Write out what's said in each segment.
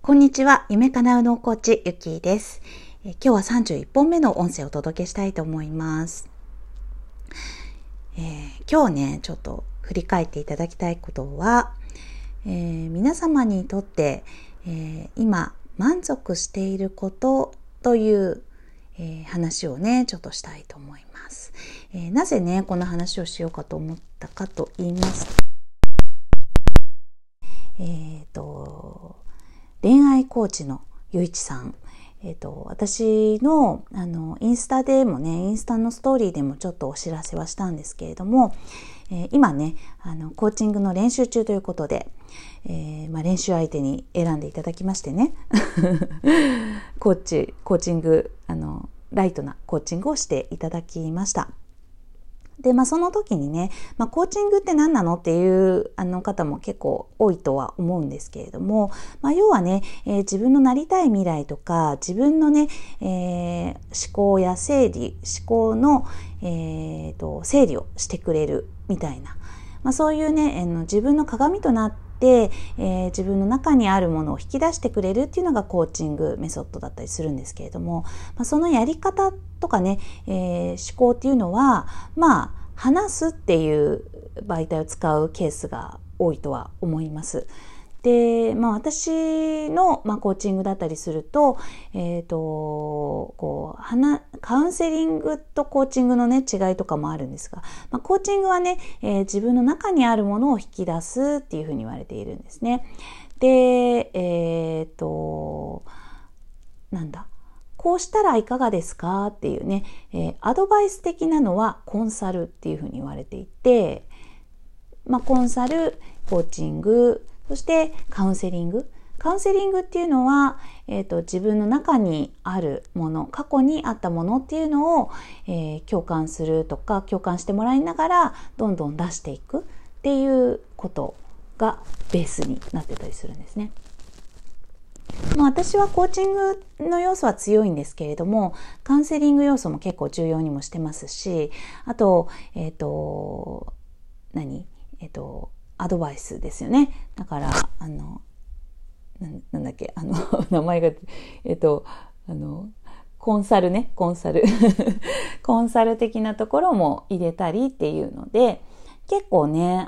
こんにちは。夢かなうのコーチゆきです。今日は31本目の音声をお届けしたいと思います。今日ね、ちょっと振り返っていただきたいことは、皆様にとって、今満足していることという、話をね、ちょっとしたいと思います。なぜね、この話をしようかと思ったかと言いますと、恋愛コーチのゆいちさん、私のインスタでもね、インスタのストーリーでもちょっとお知らせはしたんですけれども、今ね、コーチングの練習中ということで、練習相手に選んでいただきましてねコーチングライトなコーチングをしていただきました。で、その時にね、コーチングって何なのっていう方も結構多いとは思うんですけれども、要はね、自分のなりたい未来とか、自分のね、思考や思考の、整理をしてくれるみたいな、そういうね、自分の鏡となって、自分の中にあるものを引き出してくれるっていうのがコーチングメソッドだったりするんですけれども、そのやり方とかね、思考っていうのは話すっていう媒体を使うケースが多いとは思います。で、私の、コーチングだったりすると、カウンセリングとコーチングのね、違いとかもあるんですが、コーチングはね、自分の中にあるものを引き出すっていうふうに言われているんですね。で、こうしたらいかがですかっていうね、アドバイス的なのはコンサルっていうふうに言われていて、コンサル、コーチング、そしてカウンセリングっていうのは、自分の中にあるもの、過去にあったものっていうのを、共感するとか、共感してもらいながらどんどん出していくっていうことがベースになってたりするんですね。私はコーチングの要素は強いんですけれども、カウンセリング要素も結構重要にもしてますし、あと、アドバイスですよね。だから、名前が、コンサルコンサル的なところも入れたりっていうので、結構ね、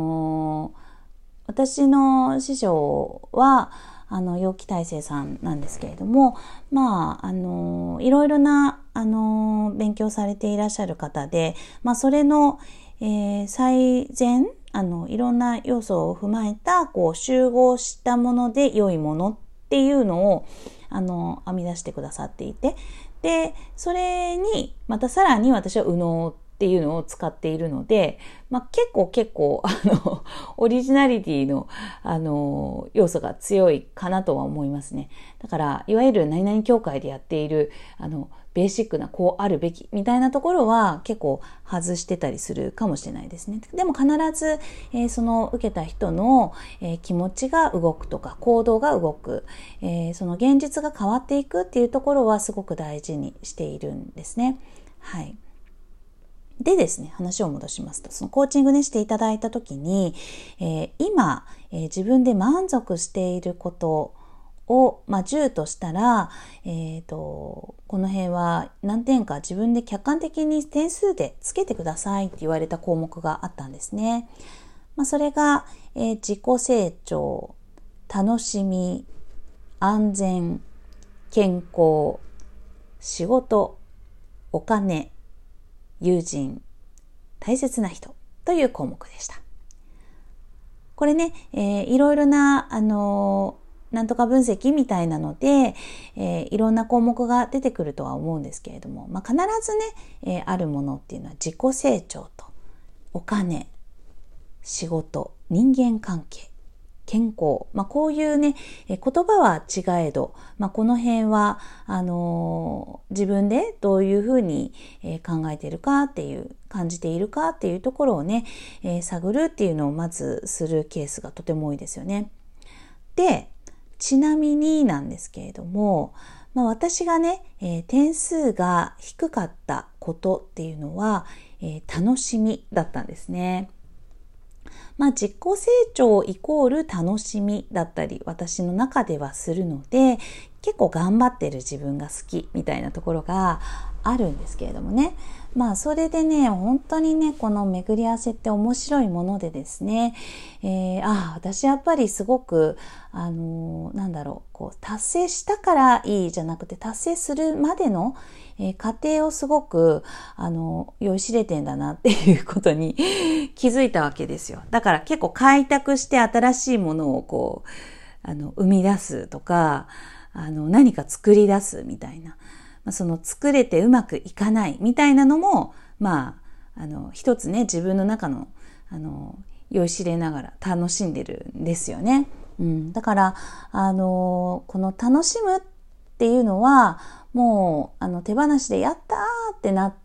私の師匠は、陽気大成さんなんですけれども、いろいろな、勉強されていらっしゃる方で、それの、最善、いろんな要素を踏まえた、集合したもので良いものっていうのを、編み出してくださっていて、で、それに、またさらに私は右脳っていうのを使っているので、結構、オリジナリティの、要素が強いかなとは思いますね。だから、いわゆる何々協会でやっている、ベーシックなこうあるべきみたいなところは結構外してたりするかもしれないですね。でも必ず、その受けた人の、気持ちが動くとか行動が動く、その現実が変わっていくっていうところはすごく大事にしているんですね。はい。でですね、話を戻しますと、そのコーチングねしていただいたときに、今、自分で満足していることを、10としたら、この辺は何点か自分で客観的に点数でつけてくださいって言われた項目があったんですね。それが、自己成長、楽しみ、安全、健康、仕事、お金、友人、大切な人という項目でした。これね、いろいろな、なんとか分析みたいなので、いろんな項目が出てくるとは思うんですけれども、必ずね、あるものっていうのは自己成長とお金、仕事、人間関係、健康、こういうね、言葉は違えど、この辺は自分でどういうふうに、考えているかっていう、感じているかっていうところをね、探るっていうのをまずするケースがとても多いですよね。で、ちなみになんですけれども、私がね、点数が低かったことっていうのは、楽しみだったんですね。 自己成長イコール楽しみだったり私の中ではするので、結構頑張ってる自分が好きみたいなところがあるんですけれどもね。それでね、本当にね、この巡り合わせって面白いものでですね、私やっぱりすごく、達成したからいいじゃなくて、達成するまでの、過程をすごく、酔いしれてんだなっていうことに気づいたわけですよ。だから結構開拓して新しいものを生み出すとか、何か作り出すみたいな。その作れてうまくいかないみたいなのも、一つね、自分の中の、酔いしれながら楽しんでるんですよね。だから、この楽しむっていうのは、もう、手放しでやったーってなって、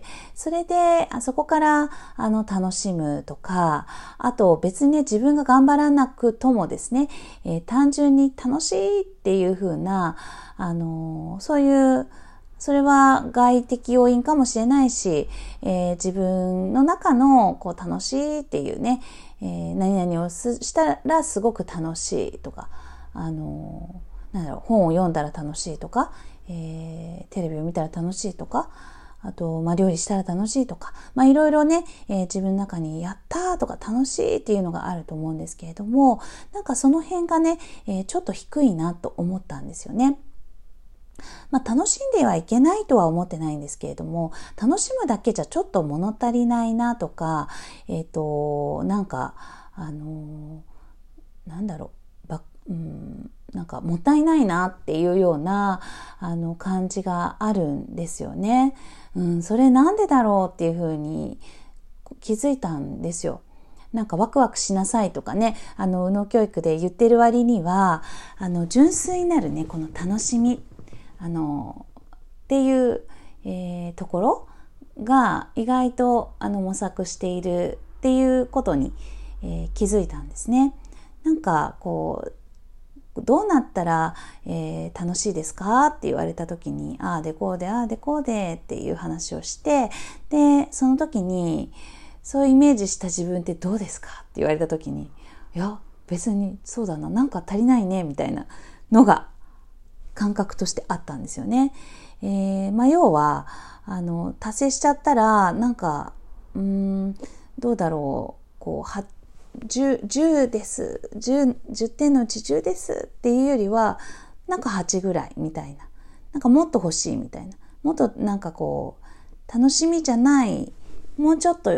それで、そこから、楽しむとか、あと別にね、自分が頑張らなくともですね、単純に楽しいっていう風な、そういう、それは外的要因かもしれないし、自分の中の楽しいっていうね、何々をしたらすごく楽しいとか、本を読んだら楽しいとか、テレビを見たら楽しいとか、あと、料理したら楽しいとか、いろいろね、自分の中にやったーとか楽しいっていうのがあると思うんですけれども、その辺がね、ちょっと低いなと思ったんですよね。楽しんではいけないとは思ってないんですけれども、楽しむだけじゃちょっと物足りないなとか、もったいないなっていうような感じがあるんですよね。それなんでだろうっていうふうに気づいたんですよ。ワクワクしなさいとかね、右脳教育で言ってる割には、純粋なるね、この楽しみ、っていう、ところが意外と模索しているっていうことに、気づいたんですね。どうなったら、楽しいですかって言われた時に、ああでこうでああでこうでっていう話をして、でその時にそうイメージした自分ってどうですかって言われた時に、いや別にそうだな、なんか足りないねみたいなのが感覚としてあったんですよね。要は達成しちゃったらどうだろう、10です、10点のうち10ですっていうよりは8ぐらいみたいな、もっと欲しいみたいな、もっと楽しみじゃない、もうちょっと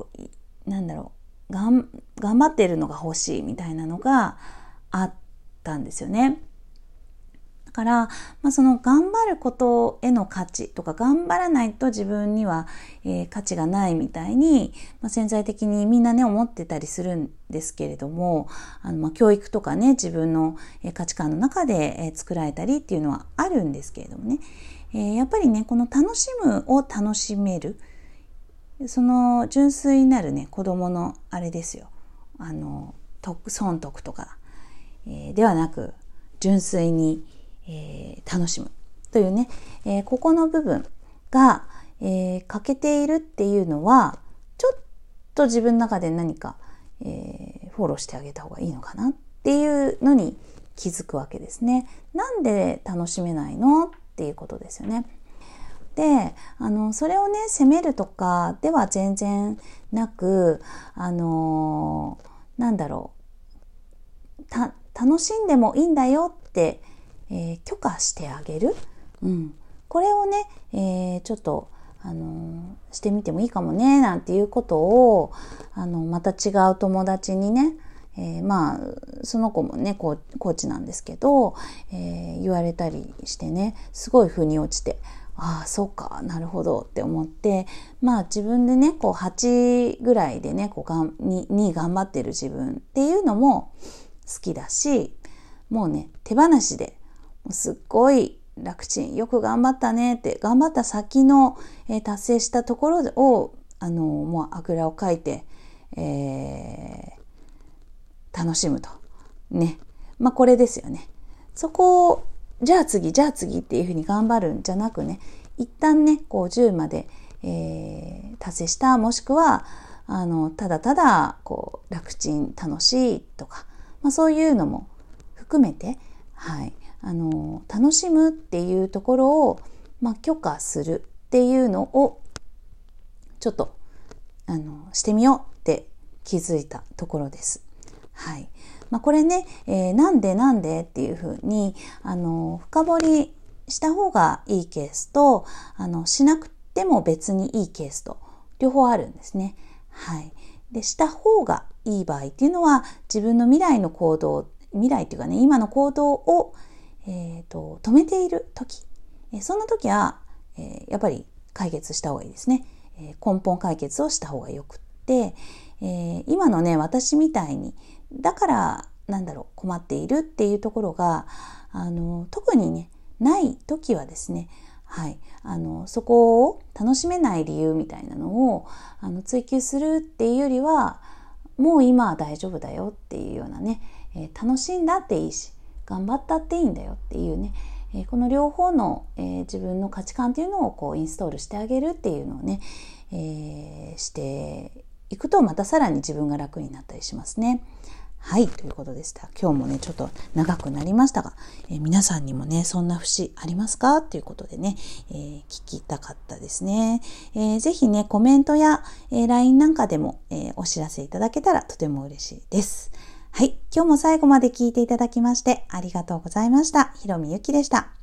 頑張ってるのが欲しいみたいなのがあったんですよね。だから、その頑張ることへの価値とか、頑張らないと自分には、価値がないみたいに、潜在的にみんなね思ってたりするんですけれども、教育とかね、自分の価値観の中で、作られたりっていうのはあるんですけれどもね、やっぱりね、この楽しむを楽しめる、その純粋なるね、子供のあれですよ、損得とか、ではなく、純粋に楽しむというね、ここの部分が、欠けているっていうのは、ちょっと自分の中で何か、フォローしてあげた方がいいのかなっていうのに気づくわけですね。なんで楽しめないのっていうことですよね。で、それをね責めるとかでは全然なく、楽しんでもいいんだよって、許可してあげる、これをね、ちょっとしてみてもいいかもねなんていうことをまた違う友達にね、その子もねコーチなんですけど、言われたりしてね、すごい腑に落ちて、ああそうか、なるほどって思って、自分でね8ぐらいでねに頑張ってる自分っていうのも好きだし、もうね手放しですっごい楽ちん、よく頑張ったねって、頑張った先の、達成したところをもうあぐらをかいて、楽しむとね、これですよね。そこをじゃあ次っていうふうに頑張るんじゃなくね、一旦ね10まで、達成した、もしくはただただ楽ちん楽しいとか、そういうのも含めて、楽しむっていうところを、許可するっていうのをちょっとしてみようって気づいたところです。これね、なんでっていうふうに深掘りした方がいいケースとしなくても別にいいケースと両方あるんですね。で、した方がいい場合っていうのは、自分の未来っていうかね、今の行動を、止めている時、そんな時は、やっぱり解決した方がいいですね。根本解決をした方がよくって、今のね、私みたいにだから困っているっていうところが特にねない時はですね、そこを楽しめない理由みたいなのを追求するっていうよりは、もう今は大丈夫だよっていうようなね、楽しんだっていいし頑張ったっていいんだよっていうね、この両方の、自分の価値観っていうのをインストールしてあげるっていうのをね、していくとまたさらに自分が楽になったりしますね。ということでした。今日もねちょっと長くなりましたが、皆さんにもねそんな節ありますかということでね、聞きたかったですね。ぜひねコメントや、LINE なんかでも、お知らせいただけたらとても嬉しいです。今日も最後まで聞いていただきましてありがとうございました。ひろみゆきでした。